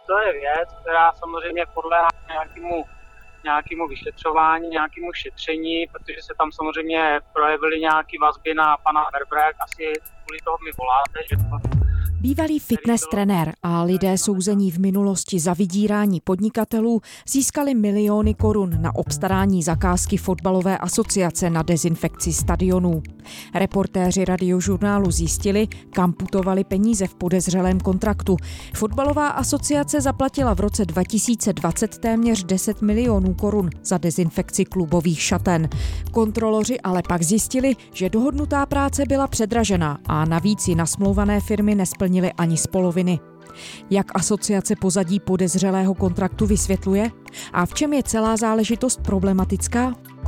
To je věc, která samozřejmě podléhá nějakému vyšetřování, nějakému šetření, protože se tam samozřejmě projevily nějaké vazby na pana Berbera, asi kvůli toho mi voláte, že to... Bývalý fitness trenér a lidé souzení v minulosti za vydírání podnikatelů získali miliony korun na obstarání zakázky fotbalové asociace na dezinfekci stadionů. Reportéři Radiožurnálu zjistili, kam putovaly peníze v podezřelém kontraktu. Fotbalová asociace zaplatila v roce 2020 téměř 10 milionů korun za dezinfekci klubových šaten. Kontroloři ale pak zjistili, že dohodnutá práce byla předražená a navíc ji nasmlouvané firmy nesplnily ani z poloviny. Jak asociace pozadí podezřelého kontraktu vysvětluje? A v čem je celá záležitost problematická?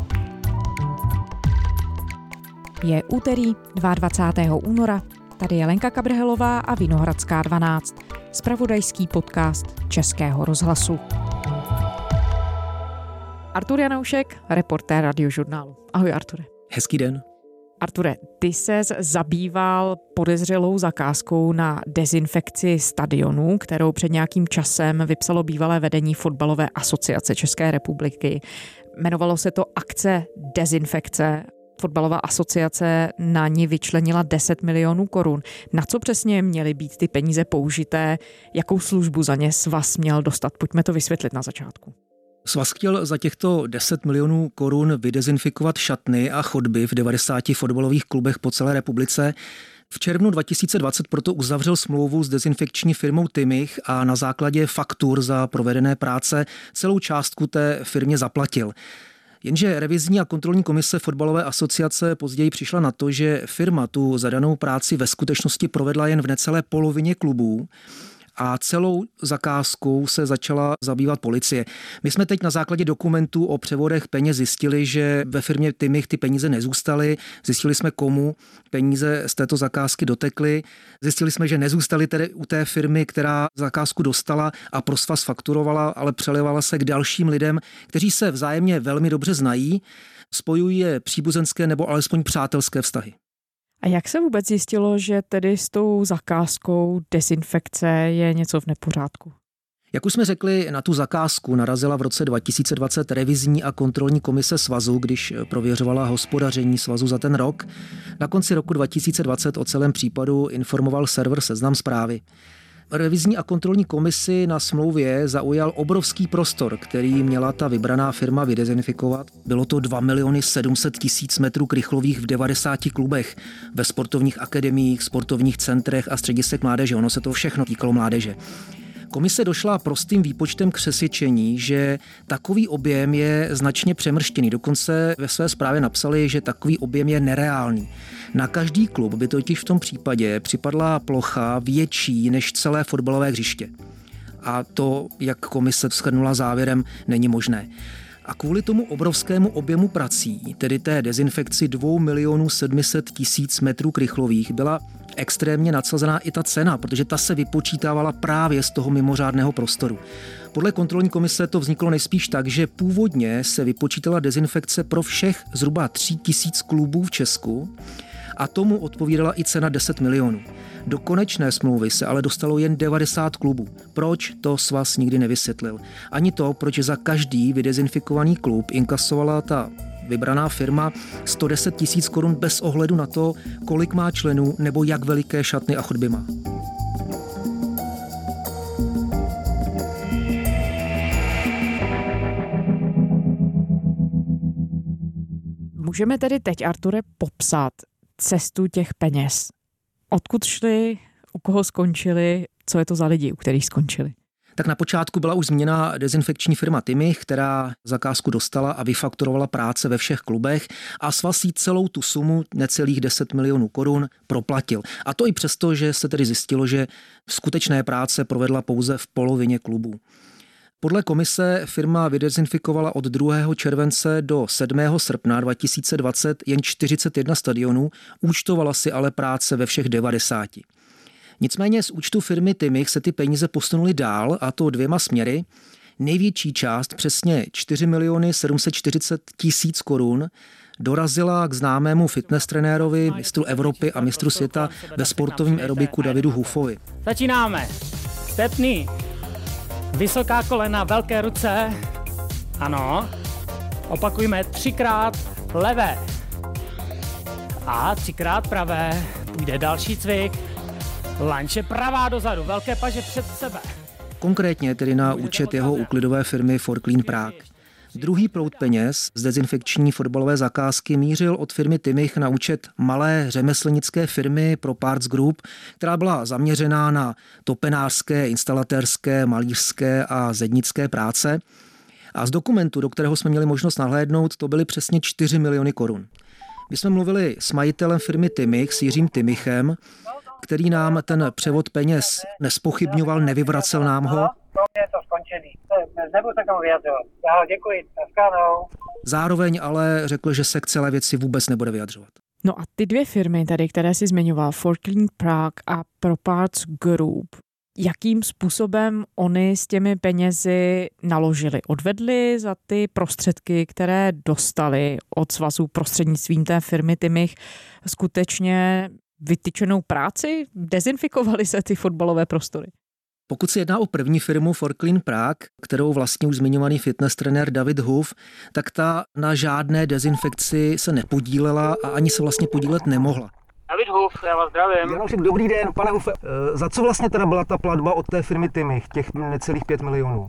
Je úterý 22. února. Tady je Lenka Kabrhelová a Vinohradská 12. Zpravodajský podcast Českého rozhlasu. Artur Janoušek, reportér Radiožurnálu. Ahoj, Arture. Hezký den. Arture, ty ses zabýval podezřelou zakázkou na dezinfekci stadionů, kterou před nějakým časem vypsalo bývalé vedení Fotbalové asociace České republiky. Jmenovalo se to Akce dezinfekce. Fotbalová asociace na ní vyčlenila 10 milionů korun. Na co přesně měly být ty peníze použité? Jakou službu za ně svaz měl dostat? Pojďme to vysvětlit na začátku. Svaz chtěl za těchto 10 milionů korun vydezinfikovat šatny a chodby v 90 fotbalových klubech po celé republice. V červnu 2020 proto uzavřel smlouvu s dezinfekční firmou Timich a na základě faktur za provedené práce celou částku té firmě zaplatil. Jenže revizní a kontrolní komise Fotbalové asociace později přišla na to, že firma tu zadanou práci ve skutečnosti provedla jen v necelé polovině klubů. A celou zakázkou se začala zabývat policie. My jsme teď na základě dokumentů o převodech peněz zjistili, že ve firmě Timich ty peníze nezůstaly. Zjistili jsme, komu peníze z této zakázky dotekly. Zjistili jsme, že nezůstaly tedy u té firmy, která zakázku dostala a pro svaz fakturovala, ale přelivala se k dalším lidem, kteří se vzájemně velmi dobře znají, spojují je příbuzenské nebo alespoň přátelské vztahy. A jak se vůbec zjistilo, že tedy s tou zakázkou dezinfekce je něco v nepořádku? Jak už jsme řekli, na tu zakázku narazila v roce 2020 revizní a kontrolní komise svazu, když prověřovala hospodaření svazu za ten rok. Na konci roku 2020 o celém případu informoval server Seznam Zprávy. Revizní a kontrolní komisi na smlouvě zaujal obrovský prostor, který měla ta vybraná firma vydezinfikovat. Bylo to 2 700 000 metrů krychlových v 90 klubech, ve sportovních akademiích, sportovních centrech a středisek mládeže. Ono se to všechno týkalo mládeže. Komise došla prostým výpočtem k přesvědčení, že takový objem je značně přemrštěný. Dokonce ve své zprávě napsali, že takový objem je nereálný. Na každý klub by totiž v tom případě připadla plocha větší než celé fotbalové hřiště. A to, jak komise shrnula závěrem, není možné. A kvůli tomu obrovskému objemu prací, tedy té dezinfekci 2 700 000 metrů krychlových, byla extrémně nadsazená i ta cena, protože ta se vypočítávala právě z toho mimořádného prostoru. Podle kontrolní komise to vzniklo nejspíš tak, že původně se vypočítala dezinfekce pro všech zhruba 3 000 klubů v Česku a tomu odpovídala i cena 10 milionů. Do konečné smlouvy se ale dostalo jen 90 klubů. Proč, to svaz nikdy nevysvětlil. Ani to, proč za každý vydezinfikovaný klub inkasovala ta vybraná firma 110 000 korun bez ohledu na to, kolik má členů nebo jak veliké šatny a chodby má. Můžeme tedy teď, Arture, popsat cestu těch peněz. Odkud šli, u koho skončili, co je to za lidi, u kterých skončili? Tak na počátku byla už zmíněna dezinfekční firma Timich, která zakázku dostala a vyfakturovala práce ve všech klubech a svaz jí celou tu sumu, necelých 10 milionů korun, proplatil. A to i přesto, že se tedy zjistilo, že skutečné práce provedla pouze v polovině klubů. Podle komise firma vydezinfikovala od 2. července do 7. srpna 2020 jen 41 stadionů, účtovala si ale práce ve všech 90. Nicméně z účtu firmy Timich se ty peníze posunuly dál, a to 2 směry. Největší část, přesně 4 740 000 korun, dorazila k známému fitness trenérovi, mistru Evropy a mistru světa ve sportovním aerobiku Davidu Hufovi. Začínáme. Stepný. Vysoká kolena, velké ruce. Ano. Opakujme 3krát levé. A 3krát pravé. Půjde další cvik. Lanče pravá dozadu, velké paže před sebe. Konkrétně tedy na účet jeho úklidové firmy For Clean Prague. Druhý proud peněz z dezinfekční fotbalové zakázky mířil od firmy Timich na účet malé řemeslnické firmy ProParts Group, která byla zaměřená na topenářské, instalatérské, malířské a zednické práce. A z dokumentu, do kterého jsme měli možnost nahlédnout, to byly přesně 4 miliony korun. My jsme mluvili s majitelem firmy Timich, s Jiřím Timichem, který nám ten převod peněz nespochybňoval, nevyvracel nám ho. Pro mě je to skončený. Nebudu se k tomu vyjadřovat. Děkuji. Zároveň ale řekl, že se k celé věci vůbec nebude vyjadřovat. No a ty dvě firmy tady, které si zmiňoval, For Clean Prague a ProParts Group, jakým způsobem oni s těmi penězi naložili? Odvedli za ty prostředky, které dostali od svazu prostřednictvím té firmy Timich, skutečně vytyčenou práci? Dezinfikovaly se ty fotbalové prostory? Pokud se jedná o první firmu For Clean Prague, kterou vlastně už zmiňovaný fitness trenér David Huff, tak ta na žádné dezinfekci se nepodílela a ani se vlastně podílet nemohla. David Huff, já vás zdravím. Janošek, dobrý den, pane Huffe. Za co vlastně teda byla ta platba od té firmy Timich, těch necelých 5 milionů?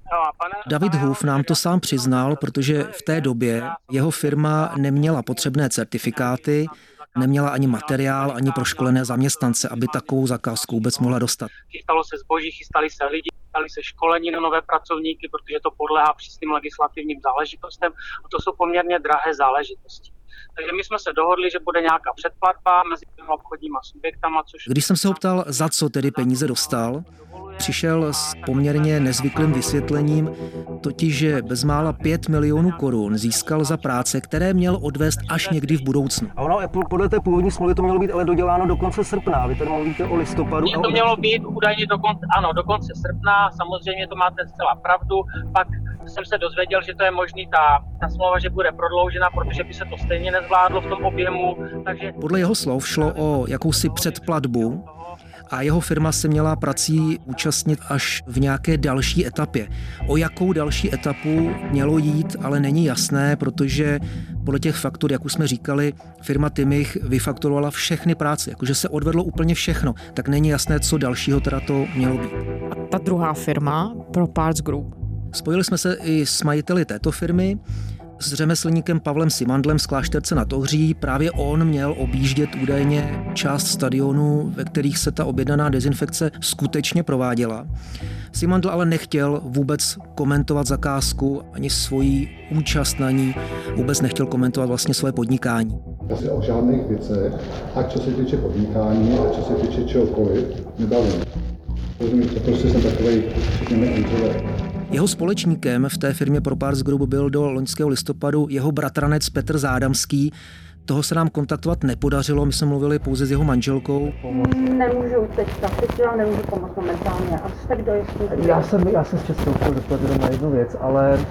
David Huff nám to sám přiznal, protože v té době jeho firma neměla potřebné certifikáty, neměla ani materiál, ani proškolené zaměstnance, aby takovou zakázku vůbec mohla dostat. Chystalo se zboží, chystali se lidi, chystali se školení na nové pracovníky, protože to podléhá přísným legislativním záležitostem a to jsou poměrně drahé záležitosti. Takže my jsme se dohodli, že bude nějaká předplatba mezi těmi obchodníma subjektama, což... Když jsem se ho ptal, za co tedy peníze dostal, přišel s poměrně nezvyklým vysvětlením, totiž, že bezmála 5 milionů korun získal za práce, které měl odvést až někdy v budoucnu. A ono, podle té původní smlouvy to mělo být ale doděláno do konce srpna. Vy tady mluvíte o listopadu. To mělo být údajně do konce srpna, samozřejmě to máte zcela pravdu. Pak jsem se dozvěděl, že to je možný ta smlouva, že bude prodloužena, protože by se to stejně nezvládlo v tom objemu. Takže... Podle jeho slov šlo o jakousi předplatbu a jeho firma se měla prací účastnit až v nějaké další etapě. O jakou další etapu mělo jít, ale není jasné, protože podle těch faktur, jak už jsme říkali, firma Timich vyfakturovala všechny práce, jakože se odvedlo úplně všechno, tak není jasné, co dalšího teda to mělo být. A ta druhá firma, ProParts Group? Spojili jsme se i s majiteli této firmy, s řemeslníkem Pavlem Simandlem z Klášterce nad Ohří. Právě on měl objíždět údajně část stadionů, ve kterých se ta objednaná dezinfekce skutečně prováděla. Simandl ale nechtěl vůbec komentovat zakázku, ani svoji účast na ní, vůbec nechtěl komentovat vlastně své podnikání. Asi o žádných věcech, ať co se týče podnikání, ať co se týče čehokoliv, nebavím. Rozumíte, prostě jsem takovej, řekněme, introvert. Jeho společníkem v té firmě ProParts Group byl do loňského listopadu jeho bratranec Petr Zádamský. Toho se nám kontaktovat nepodařilo, my jsme mluvili pouze s jeho manželkou. Nemůžu teď vám nemůžu pomoct momentálně, až tak dojistý. Já jsem z Českého chtěl zeptat jenom na jednu věc, ale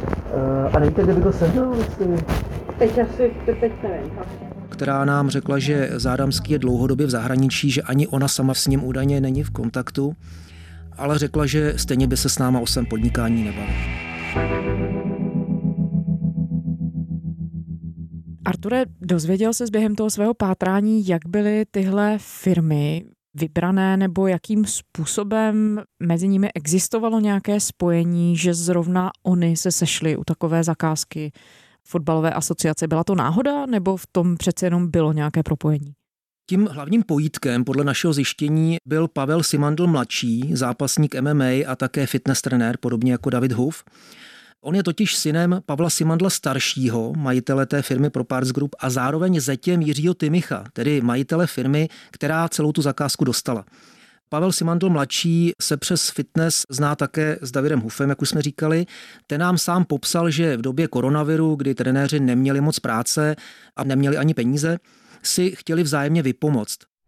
a nevíte, kde by to sehnal? Teď nevím. Která nám řekla, že Zádamský je dlouhodobě v zahraničí, že ani ona sama s ním údajně není v kontaktu, ale řekla, že stejně by se s náma o svém podnikání nebavila. Arture, dozvěděl ses během toho svého pátrání, jak byly tyhle firmy vybrané nebo jakým způsobem mezi nimi existovalo nějaké spojení, že zrovna oni se sešli u takové zakázky fotbalové asociace? Byla to náhoda nebo v tom přece jenom bylo nějaké propojení? Tím hlavním pojítkem podle našeho zjištění byl Pavel Simandl mladší, zápasník MMA a také fitness trenér, podobně jako David Huff. On je totiž synem Pavla Simandla staršího, majitele té firmy ProParts Group a zároveň zetěm Jiřího Timicha, tedy majitele firmy, která celou tu zakázku dostala. Pavel Simandl mladší se přes fitness zná také s Davidem Huffem, jak už jsme říkali. Ten nám sám popsal, že v době koronaviru, kdy trenéři neměli moc práce a neměli ani peníze, si chtěli vzájemně vypomoct.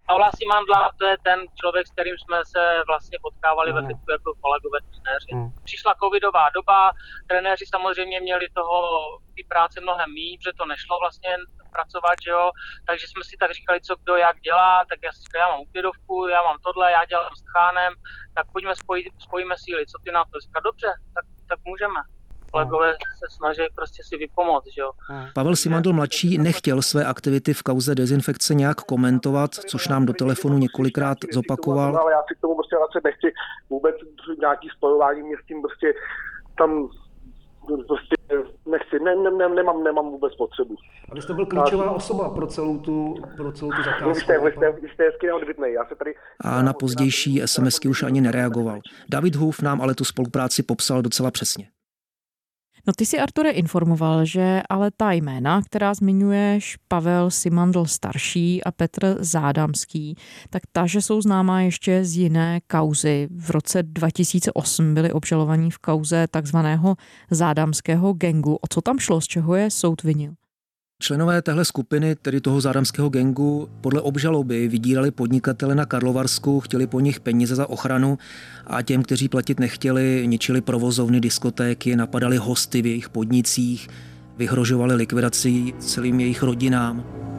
Paula Simandla, to je ten člověk, s kterým jsme se vlastně potkávali ve fitku jako kolegové trenéři. Přišla covidová doba, trenéři samozřejmě měli ty práce mnohem méně, protože to nešlo vlastně pracovat, že jo, takže jsme si tak říkali, co kdo jak dělá, tak já si říkal, já mám uklidovku, já mám tohle, já dělám s Tchánem, tak pojďme spojíme síly, co ty na to? Říkal, dobře, tak můžeme. Kolegové se snaží prostě si vypomoct, že jo. Pavel Simandl mladší nechtěl své aktivity v kauze dezinfekce nějak komentovat, což nám do telefonu několikrát zopakoval. Ale já si k tomu prostě nechci vůbec nějaký spojování, mě s tím prostě tam prostě nechci, nemám vůbec potřebu. A vy jste byl klíčová osoba pro celou tu zakázku. Vy jste hezky neodbytnej. Já se tady... A na pozdější SMSky už ani nereagoval. David Hůf nám ale tu spolupráci popsal docela přesně. No ty si, Arture, informoval, že ale ta jména, která zmiňuješ, Pavel Simandl starší a Petr Zádamský, tak ta, že jsou známá ještě z jiné kauzy. V roce 2008 byli obžalovaní v kauze takzvaného zádamského gangu. O co tam šlo, z čeho je soud vinil? Členové téhle skupiny, tedy toho zádamského gangu, podle obžaloby vydírali podnikatele na Karlovarsku, chtěli po nich peníze za ochranu a těm, kteří platit nechtěli, ničili provozovny, diskotéky, napadali hosty v jejich podnicích, vyhrožovali likvidací celým jejich rodinám.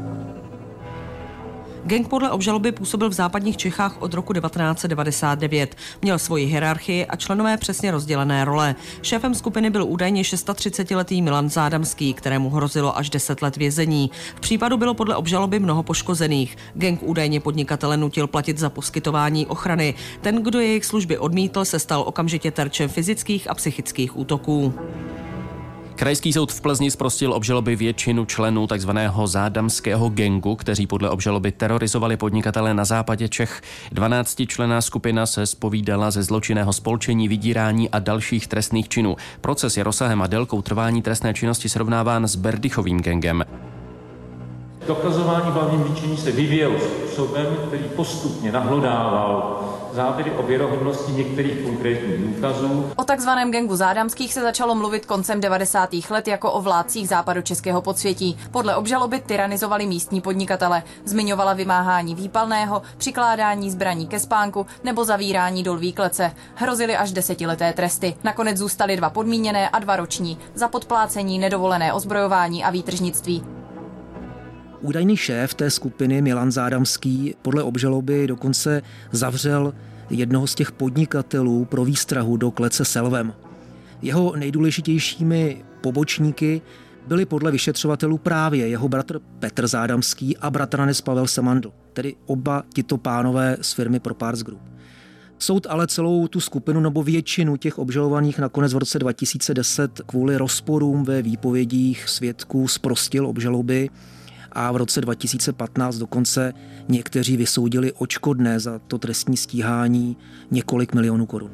Gang podle obžaloby působil v západních Čechách od roku 1999. Měl svoji hierarchii a členové přesně rozdělené role. Šéfem skupiny byl údajně 36letý Milan Zádamský, kterému hrozilo až 10 let vězení. V případu bylo podle obžaloby mnoho poškozených. Gang údajně podnikatele nutil platit za poskytování ochrany. Ten, kdo jejich služby odmítl, se stal okamžitě terčem fyzických a psychických útoků. Krajský soud v Plzni zprostil obžaloby většinu členů takzvaného zádamského gangu, kteří podle obžaloby terorizovali podnikatele na západě Čech. 12členná skupina se zpovídala ze zločinného spolčení, vydírání a dalších trestných činů. Proces je rozsahem a délkou trvání trestné činnosti srovnáván s Berdychovým gangem. Dokazování v hlavním líčení se vyvíjelo způsobem, který postupně nahlodával závěry o věrohodnosti některých konkrétních důkazů. O takzvaném gangu Zádamských se začalo mluvit koncem 90. let jako o vládcích západočeského podsvětí. Podle obžaloby tyranizovali místní podnikatele. Zmiňovala vymáhání výpalného, přikládání zbraní ke spánku nebo zavírání do lví klece. Hrozily až 10leté tresty. Nakonec zůstaly 2 podmíněné a 2 roční za podplácení, nedovolené ozbrojování a výtržnictví. Údajný šéf té skupiny Milan Zádamský podle obžaloby dokonce zavřel jednoho z těch podnikatelů pro výstrahu do klece se lvem. Jeho nejdůležitějšími pobočníky byli podle vyšetřovatelů právě jeho bratr Petr Zádamský a bratranec Pavel Simandl, tedy oba tito pánové z firmy Proparts Group. Soud ale celou tu skupinu nebo většinu těch obžalovaných nakonec v roce 2010 kvůli rozporům ve výpovědích svědků zprostil obžaloby a v roce 2015 dokonce někteří vysoudili odškodné za to trestní stíhání několik milionů korun.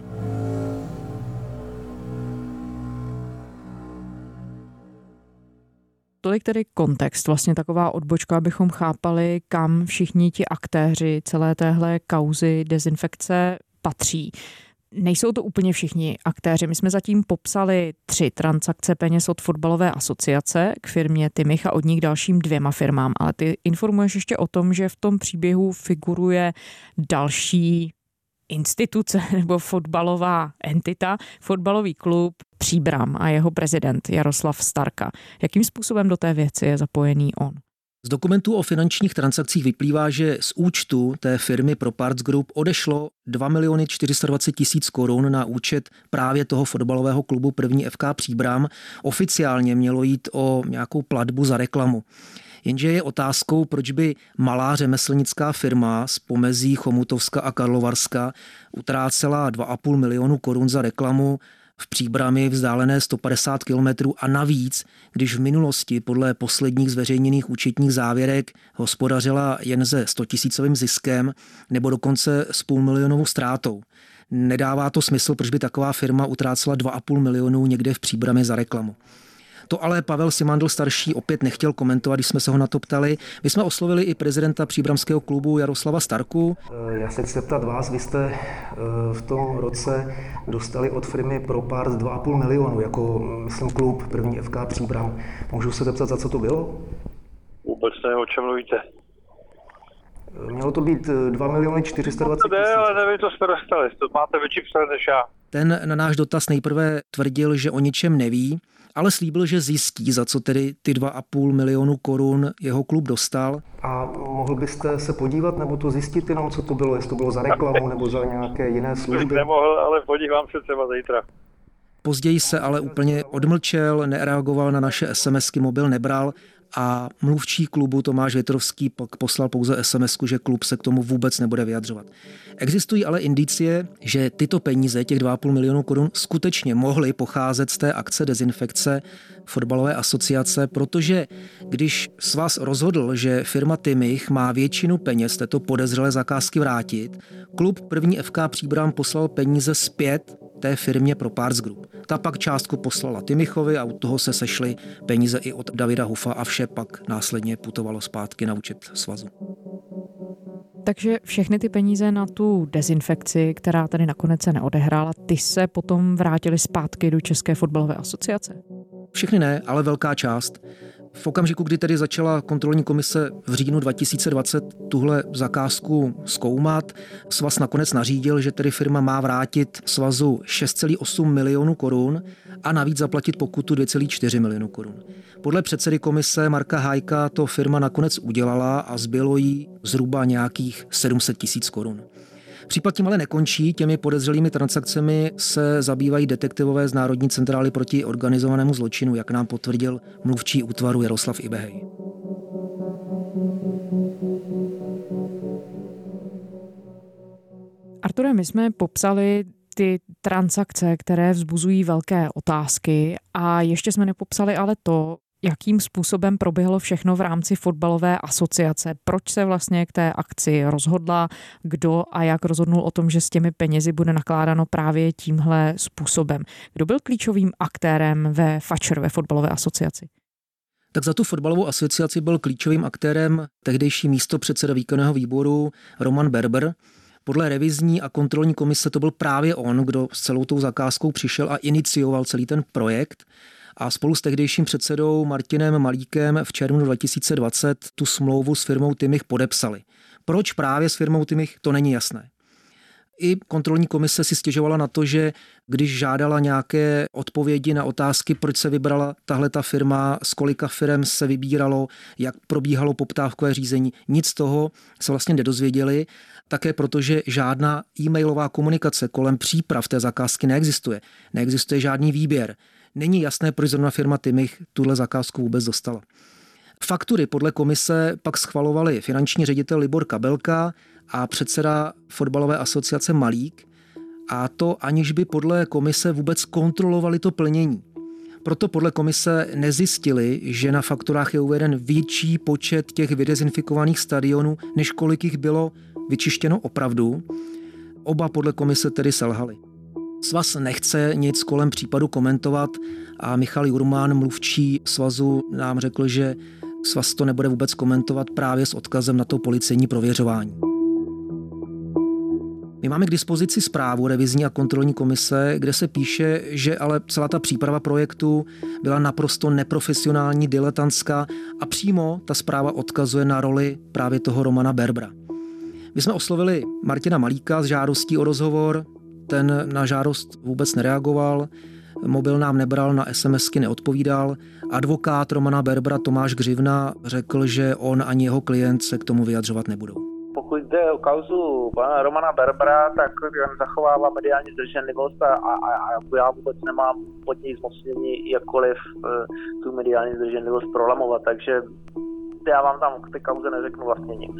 Tolik tedy kontext, vlastně taková odbočka, abychom chápali, kam všichni ti aktéři celé téhle kauzy dezinfekce patří. Nejsou to úplně všichni aktéři. My jsme zatím popsali 3 transakce peněz od fotbalové asociace k firmě Timich a od nich dalším 2 firmám, ale ty informuješ ještě o tom, že v tom příběhu figuruje další instituce nebo fotbalová entita, fotbalový klub Příbram a jeho prezident Jaroslav Starka. Jakým způsobem do té věci je zapojený on? Z dokumentů o finančních transakcích vyplývá, že z účtu té firmy Proparts Group odešlo 2 420 000 korun na účet právě toho fotbalového klubu první FK Příbram. Oficiálně mělo jít o nějakou platbu za reklamu. Jenže je otázkou, proč by malá řemeslnická firma z pomezí Chomutovska a Karlovarska utrácela 2,5 milionu korun za reklamu v Příbrami vzdálené 150 kilometrů a navíc, když v minulosti podle posledních zveřejněných účetních závěrek hospodařila jen se 100 000 ziskem nebo dokonce s půlmilionovou ztrátou. Nedává to smysl, proč by taková firma utrácela 2,5 milionu někde v Příbrami za reklamu. To ale Pavel Simandl starší opět nechtěl komentovat, když jsme se ho na to ptali. My jsme oslovili i prezidenta příbramského klubu Jaroslava Starku. Já se chci zeptat vás, vy jste v tom roce dostali od firmy Proparts 2,5 milionu jako, myslím, klub první FK Příbram. Můžu se zeptat, za co to bylo? Vůbec ne, o čem mluvíte? Mělo to být 2 420 000. To jde, ale nevím, co jste dostali. To máte větší přehled než já. Ten na náš dotaz nejprve tvrdil, že o ničem neví, ale slíbil, že zjistí, za co tedy ty 2,5 milionu korun jeho klub dostal. A mohl byste se podívat nebo to zjistit jenom, co to bylo, jestli to bylo za reklamu nebo za nějaké jiné služby? Bych nemohl, ale podívám se třeba zítra. Později se ale úplně odmlčel, nereagoval na naše SMSky, mobil nebral a mluvčí klubu Tomáš Větrovský pak poslal pouze SMSku, že klub se k tomu vůbec nebude vyjadřovat. Existují ale indicie, že tyto peníze, těch 2,5 milionu korun, skutečně mohly pocházet z té akce dezinfekce fotbalové asociace, protože když svaz rozhodl, že firma Timich má většinu peněz této podezřelé zakázky vrátit, klub první FK Příbram poslal peníze zpět té firmě Propars Group. Ta pak částku poslala Timichovi a u toho se sešly peníze i od Davida Hufa a vše pak následně putovalo zpátky na účet svazu. Takže všechny ty peníze na tu dezinfekci, která tady nakonec se neodehrála, ty se potom vrátily zpátky do České fotbalové asociace? Všechny ne, ale velká část. V okamžiku, kdy tedy začala kontrolní komise v říjnu 2020 tuhle zakázku zkoumat, svaz nakonec nařídil, že tedy firma má vrátit svazu 6,8 milionů korun a navíc zaplatit pokutu 2,4 milionu korun. Podle předsedy komise Marka Hájka to firma nakonec udělala a zbylo jí zhruba nějakých 700 000 korun. Případ tím ale nekončí, těmi podezřelými transakcemi se zabývají detektivové z Národní centrály proti organizovanému zločinu, jak nám potvrdil mluvčí útvaru Jaroslav Ibehej. Arture, my jsme popsali ty transakce, které vzbuzují velké otázky a ještě jsme nepopsali ale to, jakým způsobem proběhlo všechno v rámci fotbalové asociace. Proč se vlastně k té akci rozhodla, kdo a jak rozhodnul o tom, že s těmi penězi bude nakládáno právě tímhle způsobem. Kdo byl klíčovým aktérem ve FAČR, ve fotbalové asociaci? Tak za tu fotbalovou asociaci byl klíčovým aktérem tehdejší místopředseda výkonného výboru Roman Berber. Podle revizní a kontrolní komise to byl právě on, kdo s celou tou zakázkou přišel a inicioval celý ten projekt. A spolu s tehdejším předsedou Martinem Malíkem v červnu 2020 tu smlouvu s firmou Timich podepsali. Proč právě s firmou Timich, to není jasné. I kontrolní komise si stěžovala na to, že když žádala nějaké odpovědi na otázky, proč se vybrala tahleta firma, z kolika firem se vybíralo, jak probíhalo poptávkové řízení, nic z toho se vlastně nedozvěděli, také protože žádná e-mailová komunikace kolem příprav té zakázky neexistuje. Neexistuje žádný výběr. Není jasné, proč zrovna firma Timich tuhle zakázku vůbec dostala. Faktury podle komise pak schvalovali finanční ředitel Libor Kabelka a předseda fotbalové asociace Malík, a to aniž by podle komise vůbec kontrolovali to plnění. Proto podle komise nezjistili, že na fakturách je uveden větší počet těch vydezinfikovaných stadionů, než kolik jich bylo vyčištěno opravdu. Oba podle komise tedy selhali. Svaz nechce nic kolem případu komentovat a Michal Jurmán, mluvčí svazu, nám řekl, že svaz to nebude vůbec komentovat právě s odkazem na to policejní prověřování. My máme k dispozici zprávu revizní a kontrolní komise, kde se píše, že ale celá ta příprava projektu byla naprosto neprofesionální, diletantská a přímo ta zpráva odkazuje na roli právě toho Romana Berbra. My jsme oslovili Martina Malíka s žádostí o rozhovor, ten na žádost vůbec nereagoval, mobil nám nebral, na SMSky neodpovídal. Advokát Romana Berbra Tomáš Gřivna řekl, že on ani jeho klient se k tomu vyjadřovat nebudou. Pokud jde o kauzu pana Romana Berbra, tak on zachovává mediální zdrženlivost a já vůbec nemám pod něj zmocnění jakkoliv tu mediální zdrženlivost prolamovat, takže já vám tam k té kauze neřeknu vlastně nic.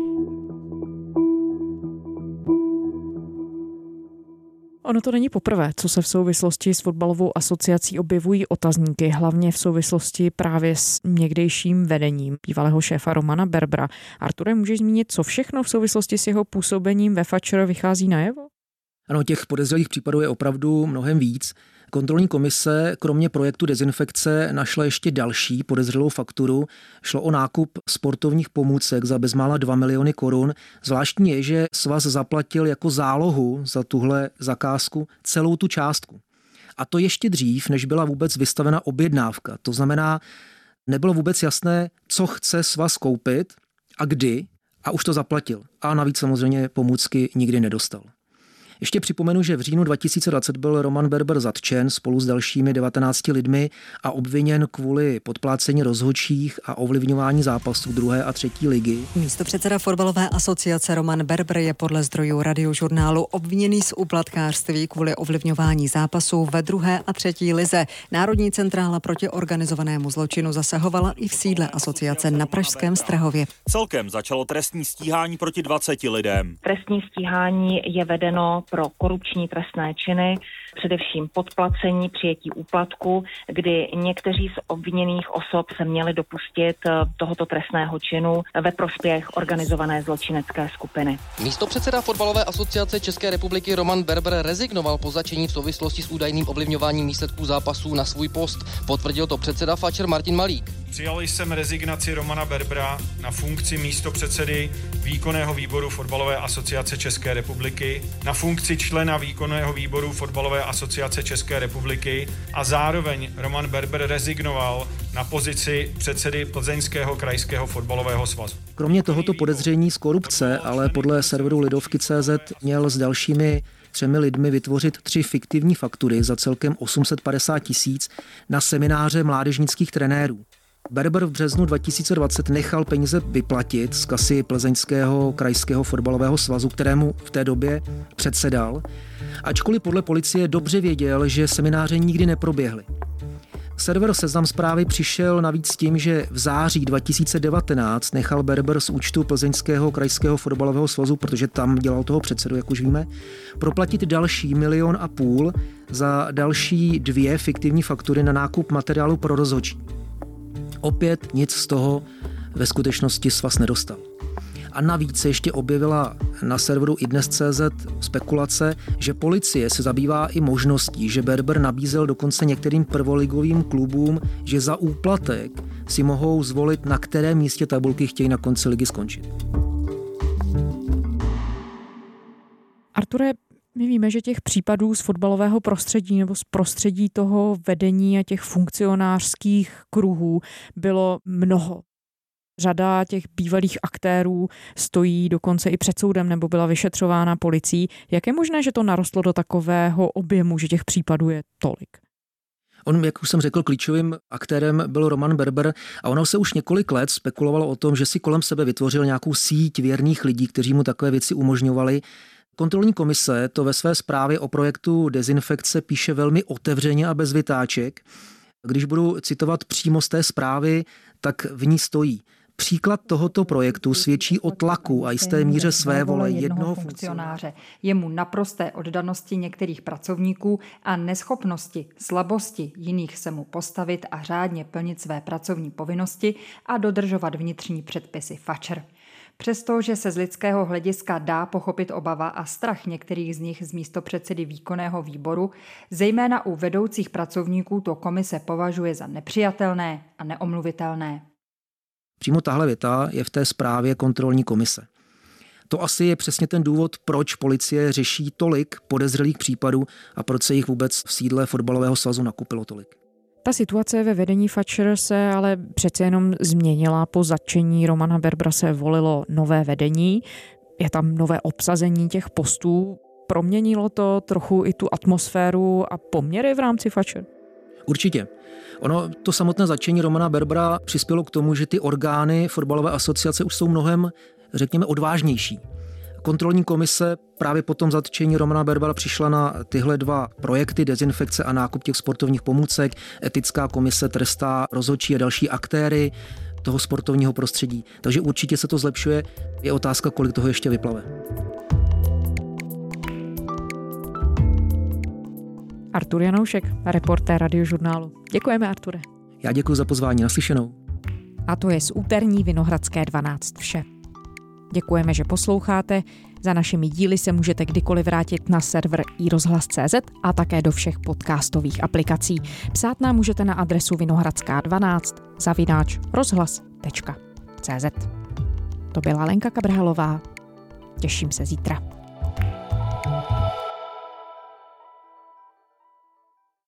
Ono to není poprvé, co se v souvislosti s fotbalovou asociací objevují otazníky, hlavně v souvislosti právě s někdejším vedením bývalého šéfa Romana Berbra. Arture, můžeš zmínit, co všechno v souvislosti s jeho působením ve FAČR vychází najevo? Ano, těch podezřelých případů je opravdu mnohem víc. Kontrolní komise kromě projektu dezinfekce našla ještě další podezřelou fakturu. Šlo o nákup sportovních pomůcek za bezmála 2 miliony korun. Zvláštní je, že svaz zaplatil jako zálohu za tuhle zakázku celou tu částku. A to ještě dřív, než byla vůbec vystavena objednávka. To znamená, nebylo vůbec jasné, co chce svaz koupit a kdy. A už to zaplatil. A navíc samozřejmě pomůcky nikdy nedostal. Ještě připomenu, že v říjnu 2020 byl Roman Berber zatčen spolu s dalšími 19 lidmi a obviněn kvůli podplácení rozhodčích a ovlivňování zápasů 2. a 3. ligy. Místopředseda fotbalové asociace Roman Berber je podle zdrojů Radiožurnálu obviněný z úplatkářství kvůli ovlivňování zápasů ve 2. a 3. lize. Národní centrála proti organizovanému zločinu zasahovala i v sídle asociace na pražském Strahově. Celkem začalo trestní stíhání proti 20 lidem. Trestní stíhání je vedeno pro korupční trestné činy, především podplacení, přijetí úplatku, kdy někteří z obviněných osob se měli dopustit tohoto trestného činu ve prospěch organizované zločinecké skupiny. Místopředseda fotbalové asociace České republiky Roman Berber rezignoval po zatčení v souvislosti s údajným ovlivňováním výsledků zápasů na svůj post. Potvrdil to předseda Fatcher Martin Malík. Přijal jsem rezignaci Romana Berbera na funkci místopředsedy výkonného výboru fotbalové asociace České republiky, na funkci člena výkonného výboru fotbalové asociace České republiky a zároveň Roman Berber rezignoval na pozici předsedy Plzeňského krajského fotbalového svazu. Kromě tohoto podezření z korupce, ale podle serveru Lidovky.cz měl s dalšími 3 lidmi vytvořit 3 fiktivní faktury za celkem 850 000 na semináře mládežnických trenérů. Berber v březnu 2020 nechal peníze vyplatit z kasy Plzeňského krajského fotbalového svazu, kterému v té době předsedal, ačkoliv podle policie dobře věděl, že semináře nikdy neproběhly. Server Seznam Zprávy přišel navíc s tím, že v září 2019 nechal Berber z účtu Plzeňského krajského fotbalového svazu, protože tam dělal toho předsedu, jak už víme, proplatit další 1,5 milionu za další 2 fiktivní faktury na nákup materiálu pro rozhodčí. Opět nic z toho ve skutečnosti svaz nedostal. A navíc se ještě objevila na serveru iDnes.cz spekulace, že policie se zabývá i možností, že Berber nabízel dokonce některým prvoligovým klubům, že za úplatek si mohou zvolit, na kterém místě tabulky chtějí na konci ligy skončit. Arture, my víme, že těch případů z fotbalového prostředí nebo z prostředí toho vedení a těch funkcionářských kruhů bylo mnoho. Řada těch bývalých aktérů stojí dokonce i před soudem nebo byla vyšetřována policií. Jak je možné, že to narostlo do takového objemu, že těch případů je tolik? On, jak už jsem řekl, klíčovým aktérem byl Roman Berber a ono se už několik let spekulovalo o tom, že si kolem sebe vytvořil nějakou síť věrných lidí, kteří mu takové věci umožňovali. Kontrolní komise to ve své zprávě o projektu dezinfekce píše velmi otevřeně a bez vytáček. Když budu citovat přímo z té zprávy, tak v ní stojí: příklad tohoto projektu svědčí o tlaku a jisté míře svévole jednoho funkcionáře, jemu naprosté oddanosti některých pracovníků a neschopnosti, slabosti jiných se mu postavit a řádně plnit své pracovní povinnosti a dodržovat vnitřní předpisy Fatcher. Přestože se z lidského hlediska dá pochopit obava a strach některých z nich z místopředsedy výkonného výboru, zejména u vedoucích pracovníků to komise považuje za nepřijatelné a neomluvitelné. Přímo tahle věta je v té zprávě kontrolní komise. To asi je přesně ten důvod, proč policie řeší tolik podezřelých případů a proč se jich vůbec v sídle fotbalového svazu nakupilo tolik. Ta situace ve vedení Fatcher se ale přece jenom změnila. Po zatčení Romana Berbera se volilo nové vedení, je tam nové obsazení těch postů. Proměnilo to trochu i tu atmosféru a poměry v rámci Fatcher? Určitě. Ono, to samotné zatčení Romana Berbera přispělo k tomu, že ty orgány fotbalové asociace už jsou mnohem, řekněme, odvážnější. Kontrolní komise právě po tom zatčení Romana Berbera přišla na tyhle 2 projekty, dezinfekce a nákup těch sportovních pomůcek. Etická komise trestá rozhodčí a další aktéry toho sportovního prostředí. Takže určitě se to zlepšuje. Je otázka, kolik toho ještě vyplave. Artur Janoušek, reportér Radiožurnálu. Děkujeme, Arture. Já děkuji za pozvání, naslyšenou. A to je z úterní Vinohradské 12 vše. Děkujeme, že posloucháte. Za našimi díly se můžete kdykoliv vrátit na server iRozhlas.cz a také do všech podcastových aplikací. Psát nám můžete na adresu vinohradská12@rozhlas.cz. To byla Lenka Kabrhalová. Těším se zítra.